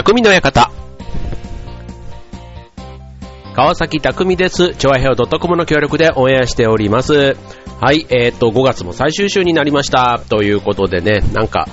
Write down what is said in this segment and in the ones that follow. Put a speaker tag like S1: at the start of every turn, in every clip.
S1: 匠の館。川崎匠です。ちょわへお .com の協力でオンエアしております。はい、5月も最終週になりました。ということでね、なんか、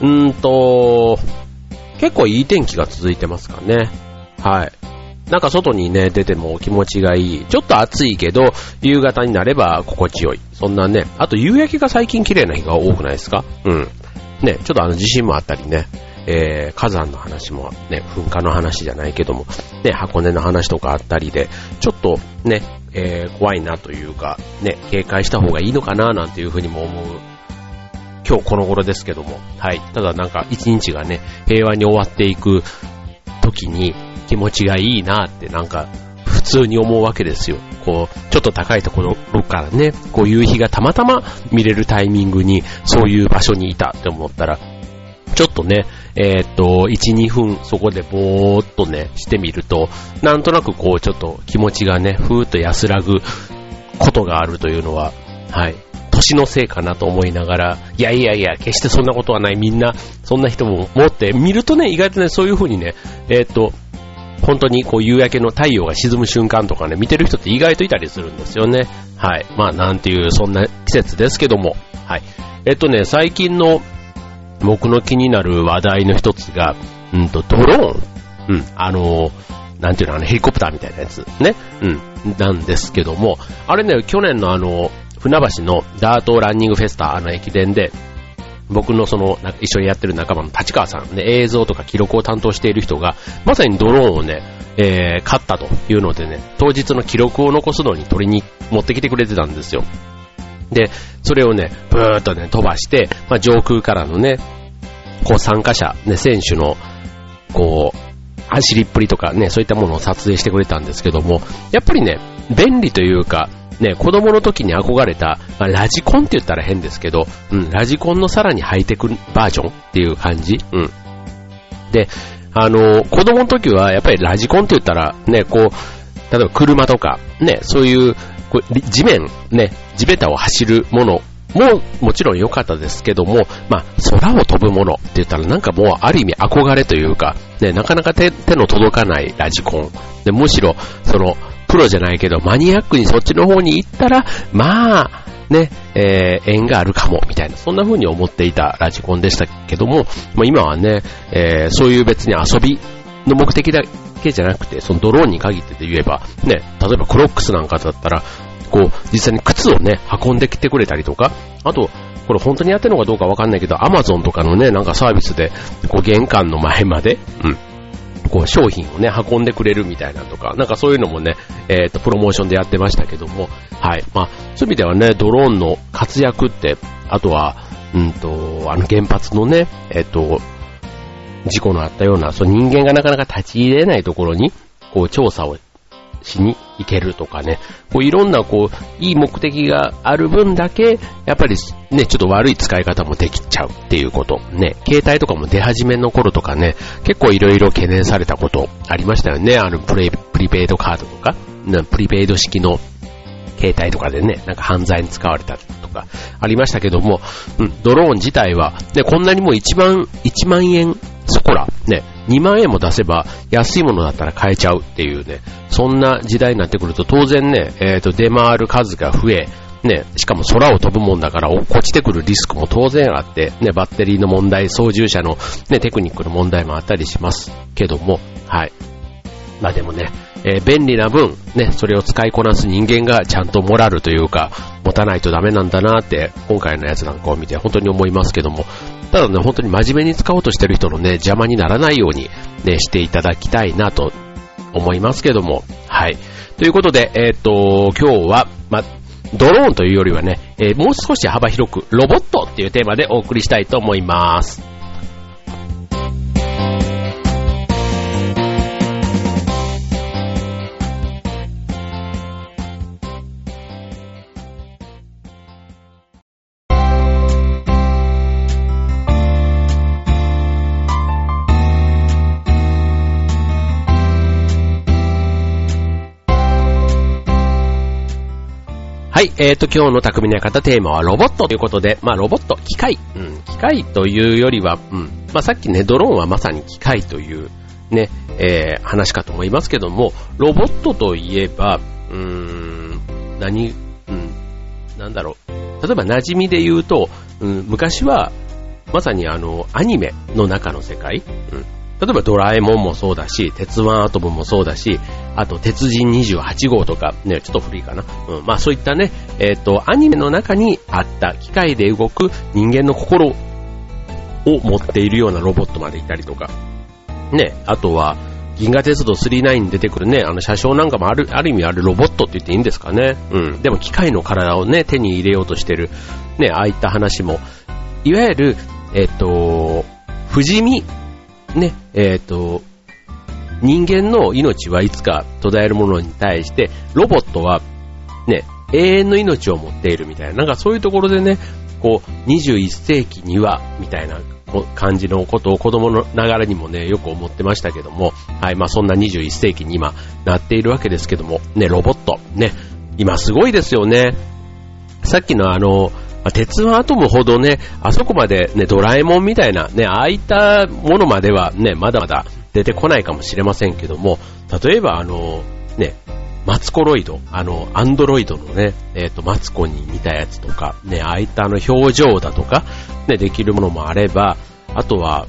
S1: 結構いい天気が続いてますかね。はい。なんか外にね、出ても気持ちがいい。ちょっと暑いけど、夕方になれば心地よい。そんなね、あと夕焼けが最近綺麗な日が多くないですか？うん。ね、ちょっと地震もあったりね。火山の話もね、噴火の話じゃないけども、ね、箱根の話とかあったりで、ちょっとね、怖いなというか、ね、警戒した方がいいのかななんていうふうにも思う、今日この頃ですけども、はい。ただなんか一日がね、平和に終わっていく時に気持ちがいいなってなんか普通に思うわけですよ。こう、ちょっと高いところからね、こう夕日がたまたま見れるタイミングにそういう場所にいたって思ったら、ちょっとね、1、2分そこでぼーっとね、してみると、なんとなくこうちょっと気持ちがね、ふーっと安らぐことがあるというのは、はい、年のせいかなと思いながら、いや、決してそんなことはない、みんな、そんな人も持って見るとね、意外とね、そういう風にね、本当にこう夕焼けの太陽が沈む瞬間とかね、見てる人って意外といたりするんですよね。はい。まあなんていう、そんな季節ですけども、はい。最近の僕の気になる話題の一つが、ドローン。なんていうの、ヘリコプターみたいなやつね。なんですけども、あれね、去年の船橋のダートランニングフェスタ、駅伝で、僕の一緒にやってる仲間の立川さんね、映像とか記録を担当している人が、まさにドローンをね、買ったというのでね、当日の記録を残すのに取りに持ってきてくれてたんですよ。で、それをね、ブーっとね、飛ばして、まあ、上空からのね、こう参加者、ね、選手の、こう、走りっぷりとかね、そういったものを撮影してくれたんですけども、やっぱりね、便利というか、ね、子供の時に憧れた、まあ、ラジコンって言ったら変ですけど、ラジコンのさらにハイテクバージョンっていう感じ。で、子供の時はやっぱりラジコンって言ったら、ね、こう、例えば車とか、ね、そういう、こう地面、ね、地べたを走るものももちろん良かったですけども、まあ、空を飛ぶものって言ったらなんかもうある意味憧れというか、ね、なかなか手の届かないラジコン。で、むしろ、プロじゃないけど、マニアックにそっちの方に行ったら、まあ、ね、縁があるかも、みたいな、そんな風に思っていたラジコンでしたけども、まあ、今はね、そういう別に遊びの目的だけじゃなくて、そのドローンに限って言えば、ね、例えばクロックスなんかだったら、こう、実際に靴をね、運んできてくれたりとか、あと、これ本当にやってるのかどうかわかんないけど、アマゾンとかのね、なんかサービスで、こう、玄関の前まで、こう商品をね、運んでくれるみたいなとか、なんかそういうのもね、プロモーションでやってましたけども、はい。まあ、そういう意味ではね、ドローンの活躍って、あとは、原発のね、事故のあったような、人間がなかなか立ち入れないところに、こう、調査をしに行けるとかね、こういろんなこういい目的がある分だけやっぱりねちょっと悪い使い方もできちゃうっていうことね。携帯とかも出始めの頃とかね、結構いろいろ懸念されたことありましたよね。プリペイドカードとか、プリペイド式の携帯とかでね、なんか犯罪に使われたりとかありましたけども、ドローン自体はね、こんなにも1万円そこらね、2万円も出せば安いものだったら買えちゃうっていうね、そんな時代になってくると当然ね、出回る数が増え、ね、しかも空を飛ぶもんだから落ちてくるリスクも当然あって、ね、バッテリーの問題、操縦者のね、テクニックの問題もあったりしますけども、はい。まあでもね、便利な分、ね、それを使いこなす人間がちゃんとモラルというか、持たないとダメなんだなって、今回のやつなんかを見て本当に思いますけども、ただね、本当に真面目に使おうとしてる人のね、邪魔にならないようにね、していただきたいなと思いますけども、はい。ということで、今日は、ドローンというよりはね、もう少し幅広くロボットっていうテーマでお送りしたいと思います。はい、今日の匠の館テーマはロボットということで、ロボット、機械というよりは、さっきね、ドローンはまさに機械というね、話かと思いますけども、ロボットといえば、なんだろう。例えば馴染みで言うと、昔は、まさにアニメの中の世界、例えばドラえもんもそうだし、鉄腕アトムもそうだし、あと鉄人28号とか、ね、ちょっと古いかな。まあそういったね、アニメの中にあった機械で動く人間の心を持っているようなロボットまでいたりとか、ね、あとは、銀河鉄道999に出てくるね、車掌なんかもある意味ロボットって言っていいんですかね。でも機械の体をね、手に入れようとしてる、ね、ああいった話も、いわゆる、不死身、ね、人間の命はいつか途絶えるものに対して、ロボットは、ね、永遠の命を持っているみたいな、なんかそういうところでね、こう、21世紀には、みたいな感じのことを子供のながらにもね、よく思ってましたけども、はい、まあそんな21世紀に今なっているわけですけども、ね、ロボット、ね、今すごいですよね。さっきの鉄腕アトムほどね、あそこまでね、ドラえもんみたいなね、ああいったものまではね、まだまだ出てこないかもしれませんけども、例えばね、マツコロイド、アンドロイドのね、マツコに似たやつとか、ね、ああいった表情だとか、ね、できるものもあれば、あとは、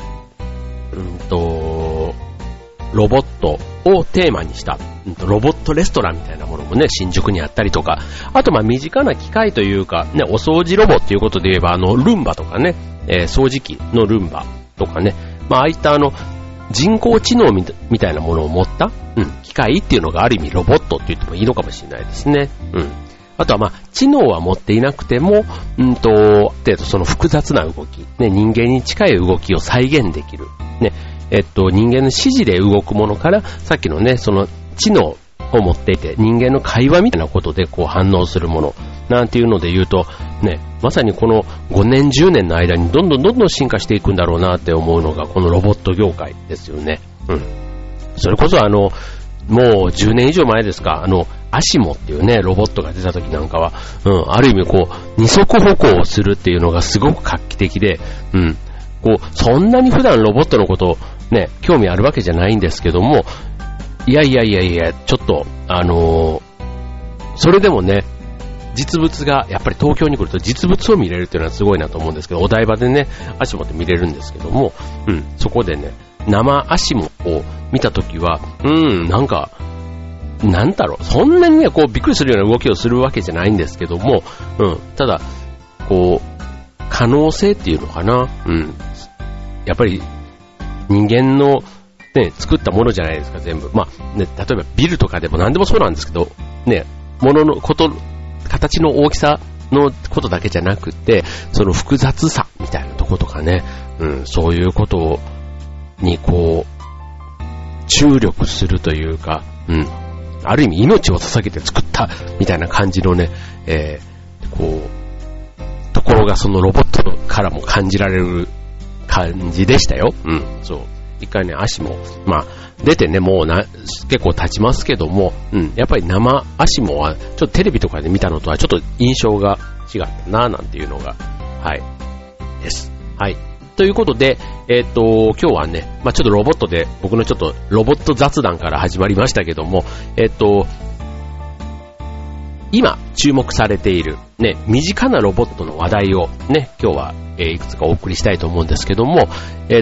S1: ロボットをテーマにした、ロボットレストランみたいなものもね、新宿にあったりとか、あとまあ身近な機械というか、ね、お掃除ロボっていうことで言えば、ルンバとかね、掃除機のルンバとかね、まあああいった人工知能みたいなものを持った、機械っていうのがある意味ロボットって言ってもいいのかもしれないですね。あとはまあ知能は持っていなくても、その複雑な動き、ね、人間に近い動きを再現できる、ね、人間の指示で動くものから、さっきのね、その知能を持っていて、人間の会話みたいなことでこう反応するもの、なんていうので言うと、ね、まさにこの5年10年の間にどんどん進化していくんだろうなって思うのがこのロボット業界ですよね。それこそもう10年以上前ですか、アシモっていうね、ロボットが出た時なんかは、ある意味こう、二足歩行をするっていうのがすごく画期的で、こう、そんなに普段ロボットのことをね、興味あるわけじゃないんですけども、いや、ちょっと、それでもね、実物が、やっぱり東京に来ると実物を見れるっていうのはすごいなと思うんですけど、お台場でね、アシモって見れるんですけども、そこでね、生アシモを見たときは、なんか、なんだろう、そんなにね、こう、びっくりするような動きをするわけじゃないんですけども、ただ、こう、可能性っていうのかな、やっぱり、人間の、ね、作ったものじゃないですか、全部。まあ、ね、例えばビルとかでも何でもそうなんですけど、ね、物のこと、形の大きさのことだけじゃなくて、その複雑さみたいなとことかね、そういうことにこう、注力するというか、ある意味命を捧げて作ったみたいな感じのね、こう、ところがそのロボットからも感じられる感じでしたよ。そう。一回ね、足も、まあ、出てね、もう結構経ちますけども、やっぱり生足もは、ちょっとテレビとかで見たのとはちょっと印象が違ったな、なんていうのが、はい、です。はい。ということで、今日はね、まあちょっとロボットで、僕のちょっとロボット雑談から始まりましたけども、今注目されている、ね、身近なロボットの話題をね、今日は、いくつかお送りしたいと思うんですけども、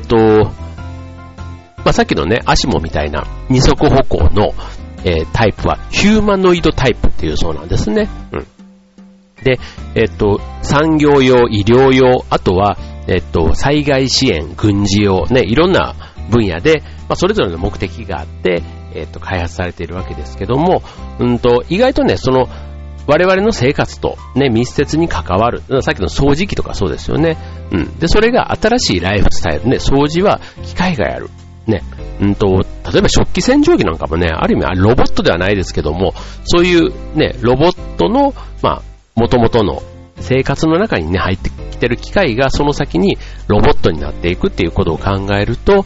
S1: まあ、さっきのね、アシモみたいな二足歩行の、タイプはヒューマノイドタイプっていうそうなんですね。で、産業用、医療用、あとは、災害支援、軍事用、ね、いろんな分野で、まあ、それぞれの目的があって、開発されているわけですけども、意外とね、その、我々の生活とね、密接に関わる。さっきの掃除機とかそうですよね。で、それが新しいライフスタイルね、掃除は機械がやる。ね、例えば食器洗浄機なんかもね、ある意味ロボットではないですけども、そういうね、ロボットの、まあ、元々の生活の中にね、入ってきてる機械がその先にロボットになっていくっていうことを考えると、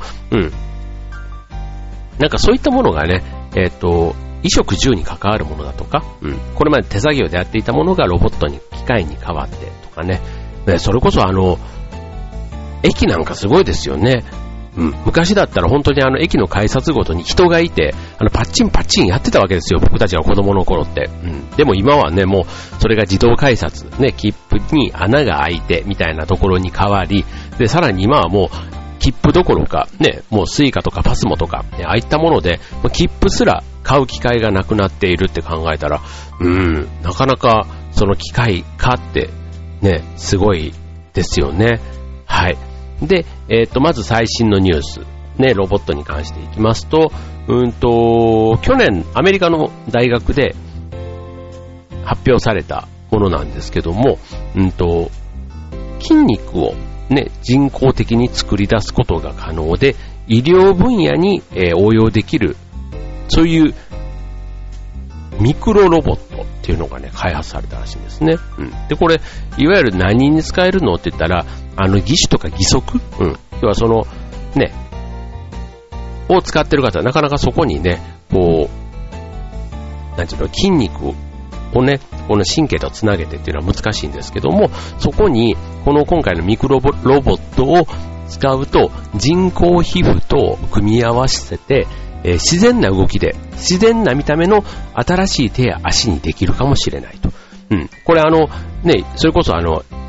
S1: なんかそういったものがね、衣食住に関わるものだとか、これまで手作業でやっていたものがロボットに、機械に変わってとかね、それこそ駅なんかすごいですよね。 昔だったら本当に駅の改札ごとに人がいて、パッチンパッチンやってたわけですよ、僕たちが子供の頃って。でも今はね、もう、それが自動改札、ね、切符に穴が開いて、みたいなところに変わり、で、さらに今はもう、切符どころか、ね、もうスイカとかパスモとか、ね、ああいったもので、切符すら買う機会がなくなっているって考えたら、なかなか、その機会かって、ね、すごいですよね。はい。で、まず最新のニュース、ね、ロボットに関していきますと、去年アメリカの大学で発表されたものなんですけども、筋肉をね、人工的に作り出すことが可能で、医療分野に、応用できる、そういうミクロロボットっていうのがね、開発されたらしいんですね。で、これ、いわゆる何に使えるのって言ったら、義手とか義足、要はその、ね、を使ってる方はなかなかそこにね、こう、なんていうの、筋肉をね、この神経とつなげてっていうのは難しいんですけども、そこに、この今回のミクロロボットを使うと、人工皮膚と組み合わせて、自然な動きで、自然な見た目の新しい手や足にできるかもしれないと。これね、それこそ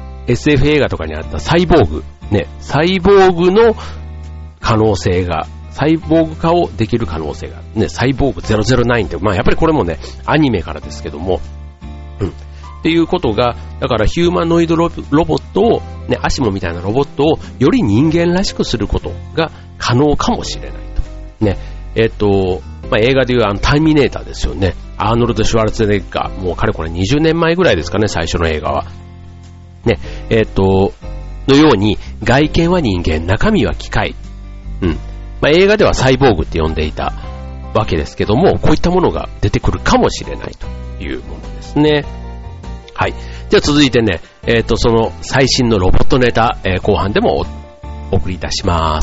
S1: SF 映画とかにあったサイボーグ、ね、サイボーグの可能性が、サイボーグ化をできる可能性が、ね、サイボーグ009って、やっぱりこれもね、アニメからですけども、っていうことが、だからヒューマノイドロボットを、ね、アシモみたいなロボットをより人間らしくすることが可能かもしれないと。ね、映画でいうターミネーターですよね。アーノルド・シュワルツェネッガー、もうかれこれ20年前ぐらいですかね、最初の映画は。ね、のように、外見は人間、中身は機械。映画ではサイボーグって呼んでいたわけですけども、こういったものが出てくるかもしれないというものですね。はい。じゃあ続いてね、その最新のロボットネタ、後半でもお送りいたします。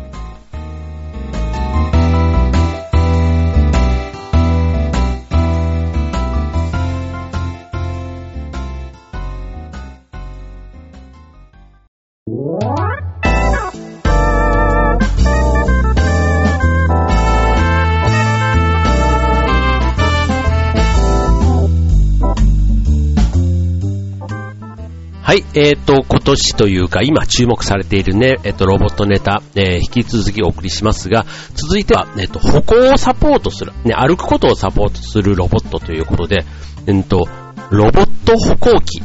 S1: はい、今年というか今注目されているね、ロボットネタ、引き続きお送りしますが、続いては、歩行をサポートする、ね、歩くことをサポートするロボットということで、ロボット歩行器。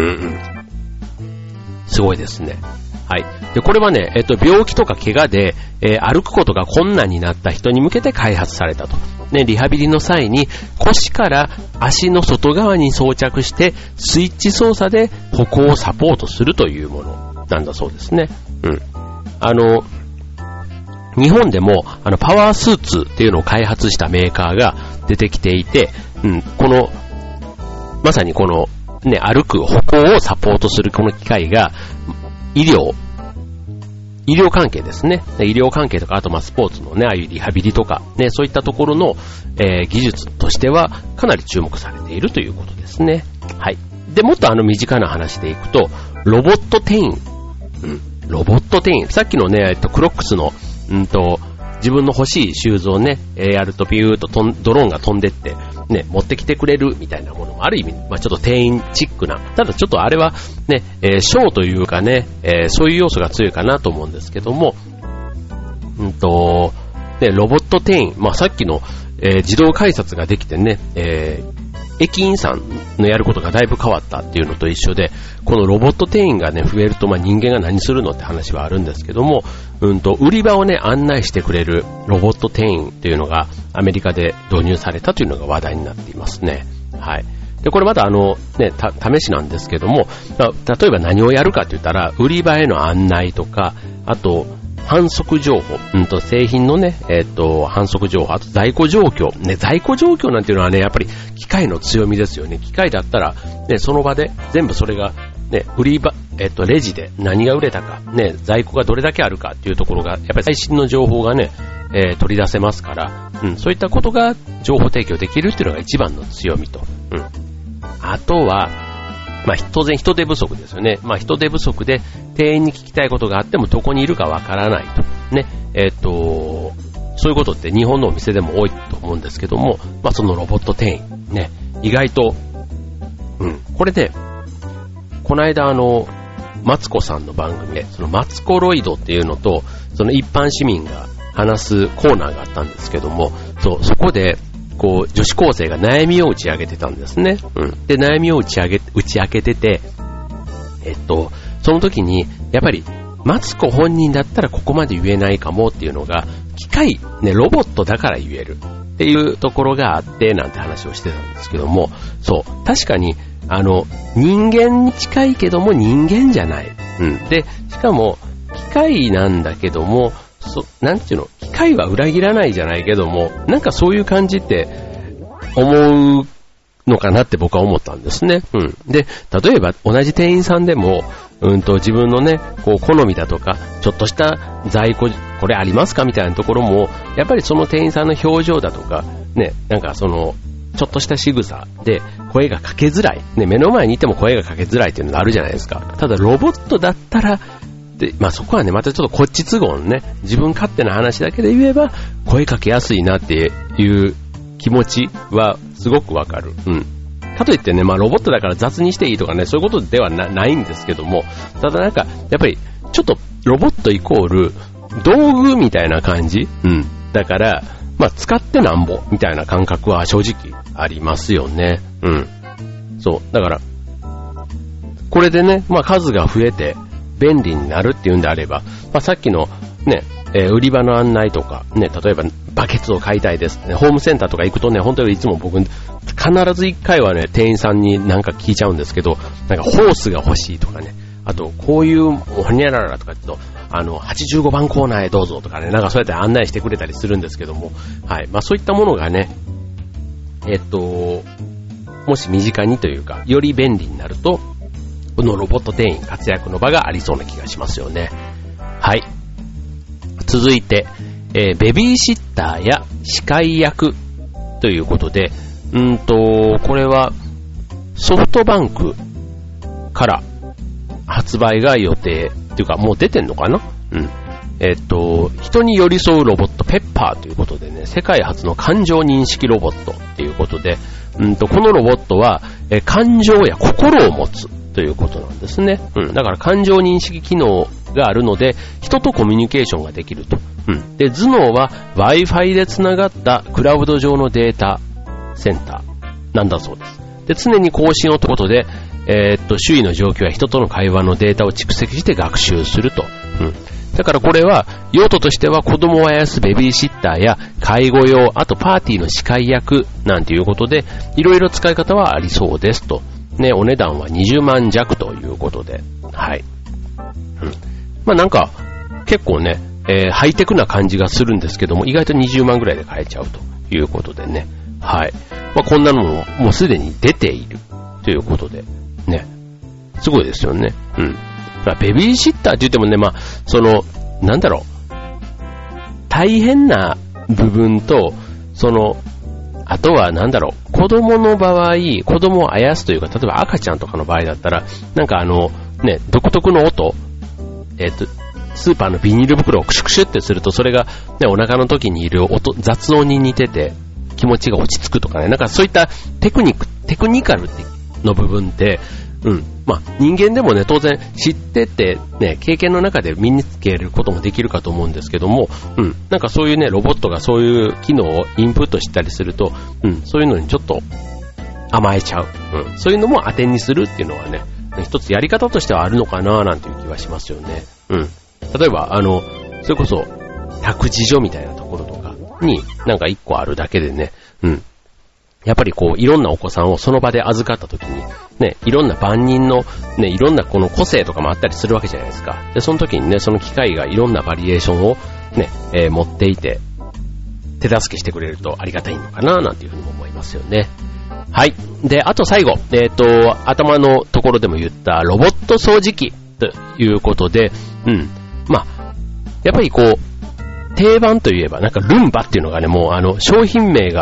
S1: すごいですね。はい。で、これはね、病気とか怪我で、歩くことが困難になった人に向けて開発されたと。ね、リハビリの際に腰から足の外側に装着してスイッチ操作で歩行をサポートするというものなんだそうですね。日本でもパワースーツっていうのを開発したメーカーが出てきていて、このまさにこのね、歩く歩行をサポートするこの機械が医療関係ですね。医療関係とか、あとスポーツのね、ああいうリハビリとか、ね、そういったところの、技術としてはかなり注目されているということですね。はい。で、もっと身近な話でいくと、ロボット店員。ロボット店員。さっきのね、クロックスの、自分の欲しいシューズをね、やるとピューとドローンが飛んでって、ね、持ってきてくれるみたいなものもある意味、ちょっと店員チックな。ただちょっとあれはね、ショーというかね、そういう要素が強いかなと思うんですけども、ね、ロボット店員、さっきの、自動改札ができてね、駅員さんのやることがだいぶ変わったっていうのと一緒で、このロボット店員がね、増えると、人間が何するのって話はあるんですけども、売り場をね、案内してくれるロボット店員っていうのがアメリカで導入されたというのが話題になっていますね。はい。で、これまだね、試しなんですけども、例えば何をやるかって言ったら、売り場への案内とか、あと、販促情報、製品のね、販促情報、あと在庫状況、ね、在庫状況なんていうのはね、やっぱり機械の強みですよね。機械だったら、ね、その場で全部それが、ね、売り場、レジで何が売れたか、ね、在庫がどれだけあるかっていうところが、やっぱり最新の情報がね、取り出せますから、そういったことが情報提供できるっていうのが一番の強みと。あとは、 まあ当然人手不足ですよね。まあ人手不足で店員に聞きたいことがあってもどこにいるかわからないと。ね。そういうことって日本のお店でも多いと思うんですけども、まあそのロボット店員、ね。意外と、これで、この間マツコさんの番組で、そのマツコロイドっていうのと、その一般市民が話すコーナーがあったんですけども、そこで、こう、女子高生が悩みを打ち上げてたんですね。で、悩みを打ち明けてて、その時に、やっぱり、マツコ本人だったらここまで言えないかもっていうのが、機械、ね、ロボットだから言えるっていうところがあって、なんて話をしてたんですけども、そう、確かに、人間に近いけども人間じゃない。で、しかも、機械なんだけども、なんていうの、機械は裏切らないじゃないけども、なんかそういう感じって思うのかなって僕は思ったんですね。で、例えば同じ店員さんでも、自分のね、こう好みだとか、ちょっとした在庫、これありますかみたいなところも、やっぱりその店員さんの表情だとか、ね、なんかちょっとした仕草で声がかけづらい。ね、目の前にいても声がかけづらいっていうのがあるじゃないですか。ただロボットだったら、で、まあそこはね、またちょっとこっち都合のね、自分勝手な話だけで言えば、声かけやすいなっていう気持ちはすごくわかる。かといってね、まあロボットだから雑にしていいとかね、そういうことではないんですけども、ただなんか、やっぱり、ちょっとロボットイコール、道具みたいな感じ。だから、まあ使ってなんぼみたいな感覚は正直ありますよね。そう。だから、これでね、まあ数が増えて便利になるっていうんであれば、まあさっきのね、売り場の案内とか、ね、例えばバケツを買いたいです、ね。ホームセンターとか行くとね、本当にいつも僕、必ず一回はね、店員さんになんか聞いちゃうんですけど、なんかホースが欲しいとかね、あと、こういう、ほにゃららとか言うと、85番コーナーへどうぞとかね、なんかそうやって案内してくれたりするんですけども、はい。まあそういったものがね、もし身近にというか、より便利になると、このロボット店員活躍の場がありそうな気がしますよね。はい。続いて、ベビーシッターや司会役ということで、これはソフトバンクから発売が予定っていうかもう出てんのかな？人に寄り添うロボットペッパーということでね、世界初の感情認識ロボットっていうことで、このロボットは、感情や心を持つということなんですね。だから感情認識機能があるので、人とコミュニケーションができると。で、頭脳は Wi-Fi でつながったクラウド上のデータセンターなんだそうです。で、常に更新をということで、周囲の状況や人との会話のデータを蓄積して学習すると。だからこれは用途としては子供をあやすベビーシッターや介護用、あとパーティーの司会役なんていうことで、いろいろ使い方はありそうですと。ね、お値段は20万弱ということで、はい。まあなんか結構ね、ハイテクな感じがするんですけども、意外と20万ぐらいで買えちゃうということでね、はい。まあこんなのももうすでに出ているということで、ね、すごいですよね。まあ、ベビーシッターって言ってもね、まあ、なんだろう、大変な部分と、あとはなんだろう、子供の場合、子供をあやすというか、例えば赤ちゃんとかの場合だったら、なんかね、独特の音、スーパーのビニール袋をクシュクシュってすると、それがね、お腹の時にいる音、雑音に似てて、気持ちが落ち着くとかね、なんかそういったテクニカルの部分って、まあ、人間でもね、当然知ってて、ね、経験の中で身につけることもできるかと思うんですけども、なんかそういうね、ロボットがそういう機能をインプットしたりすると、そういうのにちょっと甘えちゃう。そういうのも当てにするっていうのはね、一つやり方としてはあるのかななんていう気はしますよね。例えば、それこそ、託児所みたいなところとかに、なんか一個あるだけでね、やっぱりこう、いろんなお子さんをその場で預かった時に、ね、いろんな万人の、ね、いろんなこの個性とかもあったりするわけじゃないですか。で、その時にね、その機械がいろんなバリエーションをね、持っていて、手助けしてくれるとありがたいのかな、なんていうふうにも思いますよね。はい。で、あと最後、頭のところでも言ったロボット掃除機ということで、まあ、やっぱりこう、定番といえば、なんかルンバっていうのがね、もう商品名が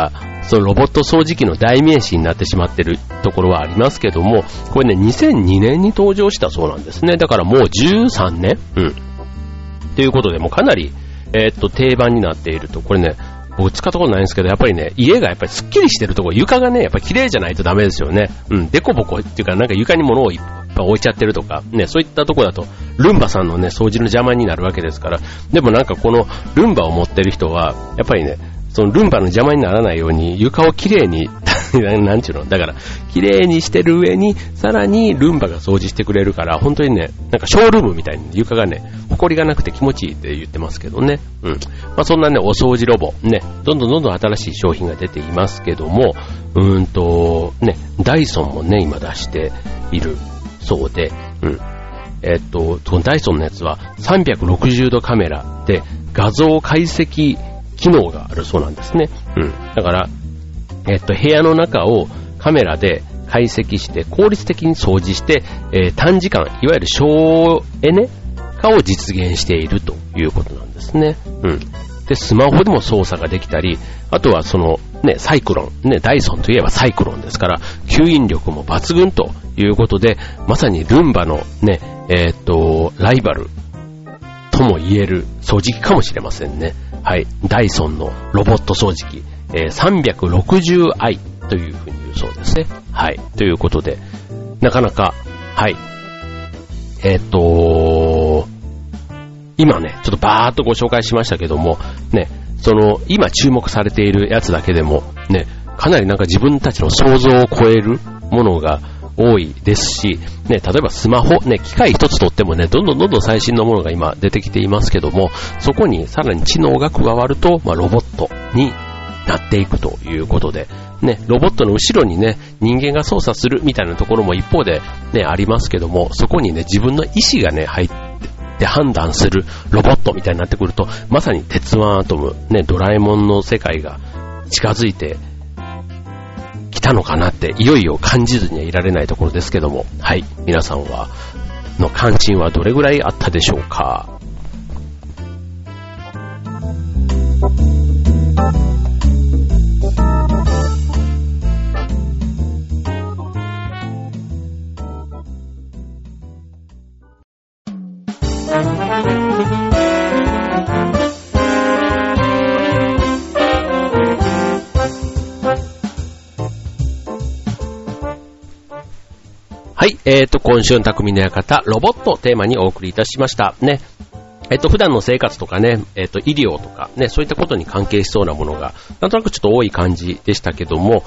S1: そのロボット掃除機の代名詞になってしまってるところはありますけども、これね、2002年に登場したそうなんですね。だからもう13年ということで、もうかなり、定番になっていると。これね、僕使ったことないんですけど、やっぱりね、家がやっぱりスッキリしてるところ、床がね、やっぱり綺麗じゃないとダメですよね。デコボコっていうか、なんか床に物をいっぱい置いちゃってるとか、ね、そういったところだと、ルンバさんのね、掃除の邪魔になるわけですから、でもなんかこのルンバを持ってる人は、やっぱりね、そのルンバの邪魔にならないように床をきれいになんちゅうの、だからきれいにしてる上にさらにルンバが掃除してくれるから、本当にね、なんかショールームみたいに床がね、埃がなくて気持ちいいって言ってますけどね。まあそんなね、お掃除ロボね、どんどん新しい商品が出ていますけども、ね、ダイソンもね今出しているそうで、このダイソンのやつは360度カメラで画像解析機能があるそうなんですね。だから、部屋の中をカメラで解析して効率的に掃除して、短時間、いわゆる省エネ化を実現しているということなんですね。で、スマホでも操作ができたり、あとはそのね、サイクロン、ね、ダイソンといえばサイクロンですから、吸引力も抜群ということで、まさにルンバのね、ライバルとも言える掃除機かもしれませんね。はい。ダイソンのロボット掃除機、360i というふうに言うそうですね。はい。ということで、なかなか、はい。今ね、ちょっとバーっとご紹介しましたけども、ね、その、今注目されているやつだけでも、ね、かなりなんか自分たちの想像を超えるものが多いですし、ね、例えばスマホ、ね、機械一つとってもね、どんどん最新のものが今出てきていますけども、そこにさらに知能が加わると、ロボットになっていくということで、ね、ロボットの後ろにね、人間が操作するみたいなところも一方でね、ありますけども、そこにね、自分の意思がね、入って判断するロボットみたいになってくると、まさに鉄腕アトム、ね、ドラえもんの世界が近づいて来たのかなって、いよいよ感じずにはいられないところですけども、はい、皆さんの関心はどれぐらいあったでしょうか。はい、今週の匠の館、ロボットをテーマにお送りいたしましたね。普段の生活とかね、医療とかね、そういったことに関係しそうなものが、なんとなくちょっと多い感じでしたけども、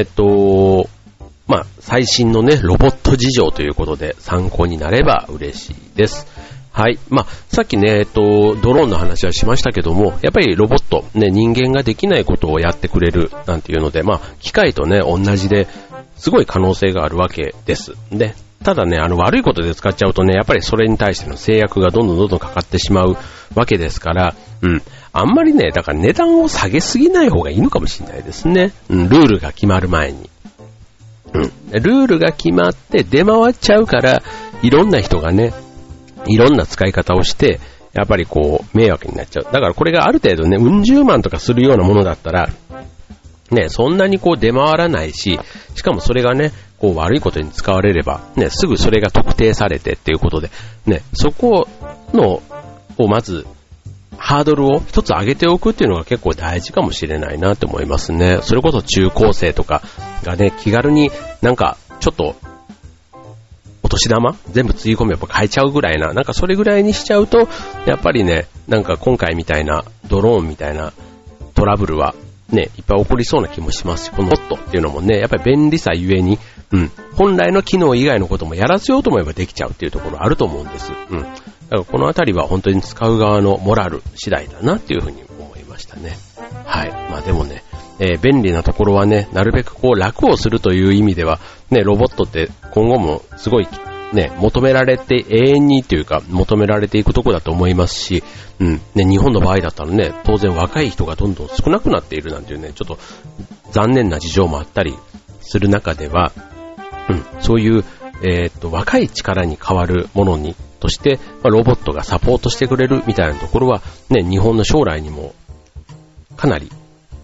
S1: 最新のね、ロボット事情ということで参考になれば嬉しいです。はい。さっきね、ドローンの話はしましたけども、やっぱりロボット、ね、人間ができないことをやってくれるなんていうので、機械とね、同じで、すごい可能性があるわけです。で、ただね、悪いことで使っちゃうとね、やっぱりそれに対しての制約がどんどんかかってしまうわけですから、あんまりね、だから値段を下げすぎない方がいいのかもしれないですね。ルールが決まる前に。ルールが決まって出回っちゃうから、いろんな人がね、いろんな使い方をして、やっぱり迷惑になっちゃう。だからこれがある程度ね、うん十万とかするようなものだったら、ね、そんなに出回らないし、しかもそれがね、悪いことに使われれば、ね、すぐそれが特定されてっていうことで、ね、そこの、まず、ハードルを一つ上げておくっていうのが結構大事かもしれないなと思いますね。それこそ中高生とかがね、気軽になんか、ちょっと、お年玉全部つぎ込みやっぱ変えちゃうぐらいな、なんかそれぐらいにしちゃうと、やっぱりね、なんか今回みたいなドローンみたいなトラブルはね、いっぱい起こりそうな気もしますし、このロボットっていうのもね、やっぱり便利さゆえに、本来の機能以外のこともやらせようと思えばできちゃうっていうところあると思うんです。だからこのあたりは本当に使う側のモラル次第だなっていうふうに思いましたね。はい。でもね、便利なところはね、なるべく楽をするという意味では、ね、ロボットって今後もすごいね、求められて、永遠にというか、求められていくところだと思いますし、ね、日本の場合だったらね、当然若い人がどんどん少なくなっているなんていうね、ちょっと残念な事情もあったりする中では、そういう、若い力に変わるものに、として、ロボットがサポートしてくれるみたいなところは、ね、日本の将来にもかなり深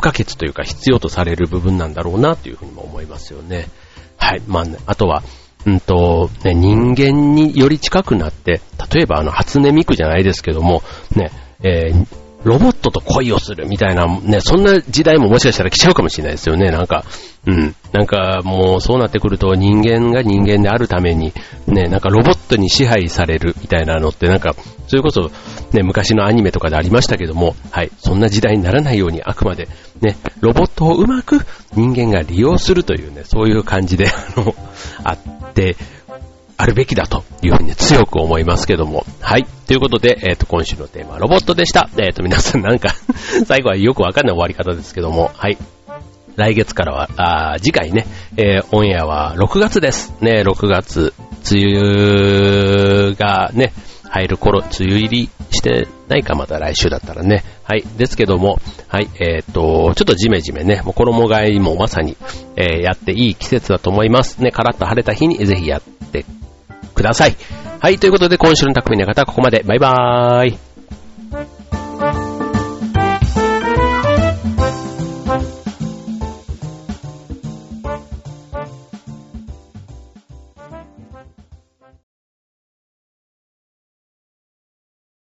S1: 可欠というか必要とされる部分なんだろうなというふうにも思いますよね。はい。まあね、あとは、ね、人間により近くなって、例えば初音ミクじゃないですけども、ね、ロボットと恋をするみたいな、ね、そんな時代ももしかしたら来ちゃうかもしれないですよね。なんかもうそうなってくると人間が人間であるために、ね、なんかロボットに支配されるみたいなのってなんか、それこそね、昔のアニメとかでありましたけども、はい、そんな時代にならないようにあくまで、ね、ロボットをうまく人間が利用するというね、そういう感じで、あって、あるべきだというふうに強く思いますけども。はい。ということで、今週のテーマはロボットでした。皆さんなんか、最後はよくわかんない終わり方ですけども、はい。来月からは、次回ね、オンエアは6月です。ね、6月、梅雨がね、入る頃、梅雨入りしてないか、また来週だったらね。はい。ですけども、はい。ちょっとジメジメね、もう衣替えもまさに、やっていい季節だと思います。ね、カラッと晴れた日にぜひやってください。はい。ということで、今週の匠の方はここまで。バイバーイ。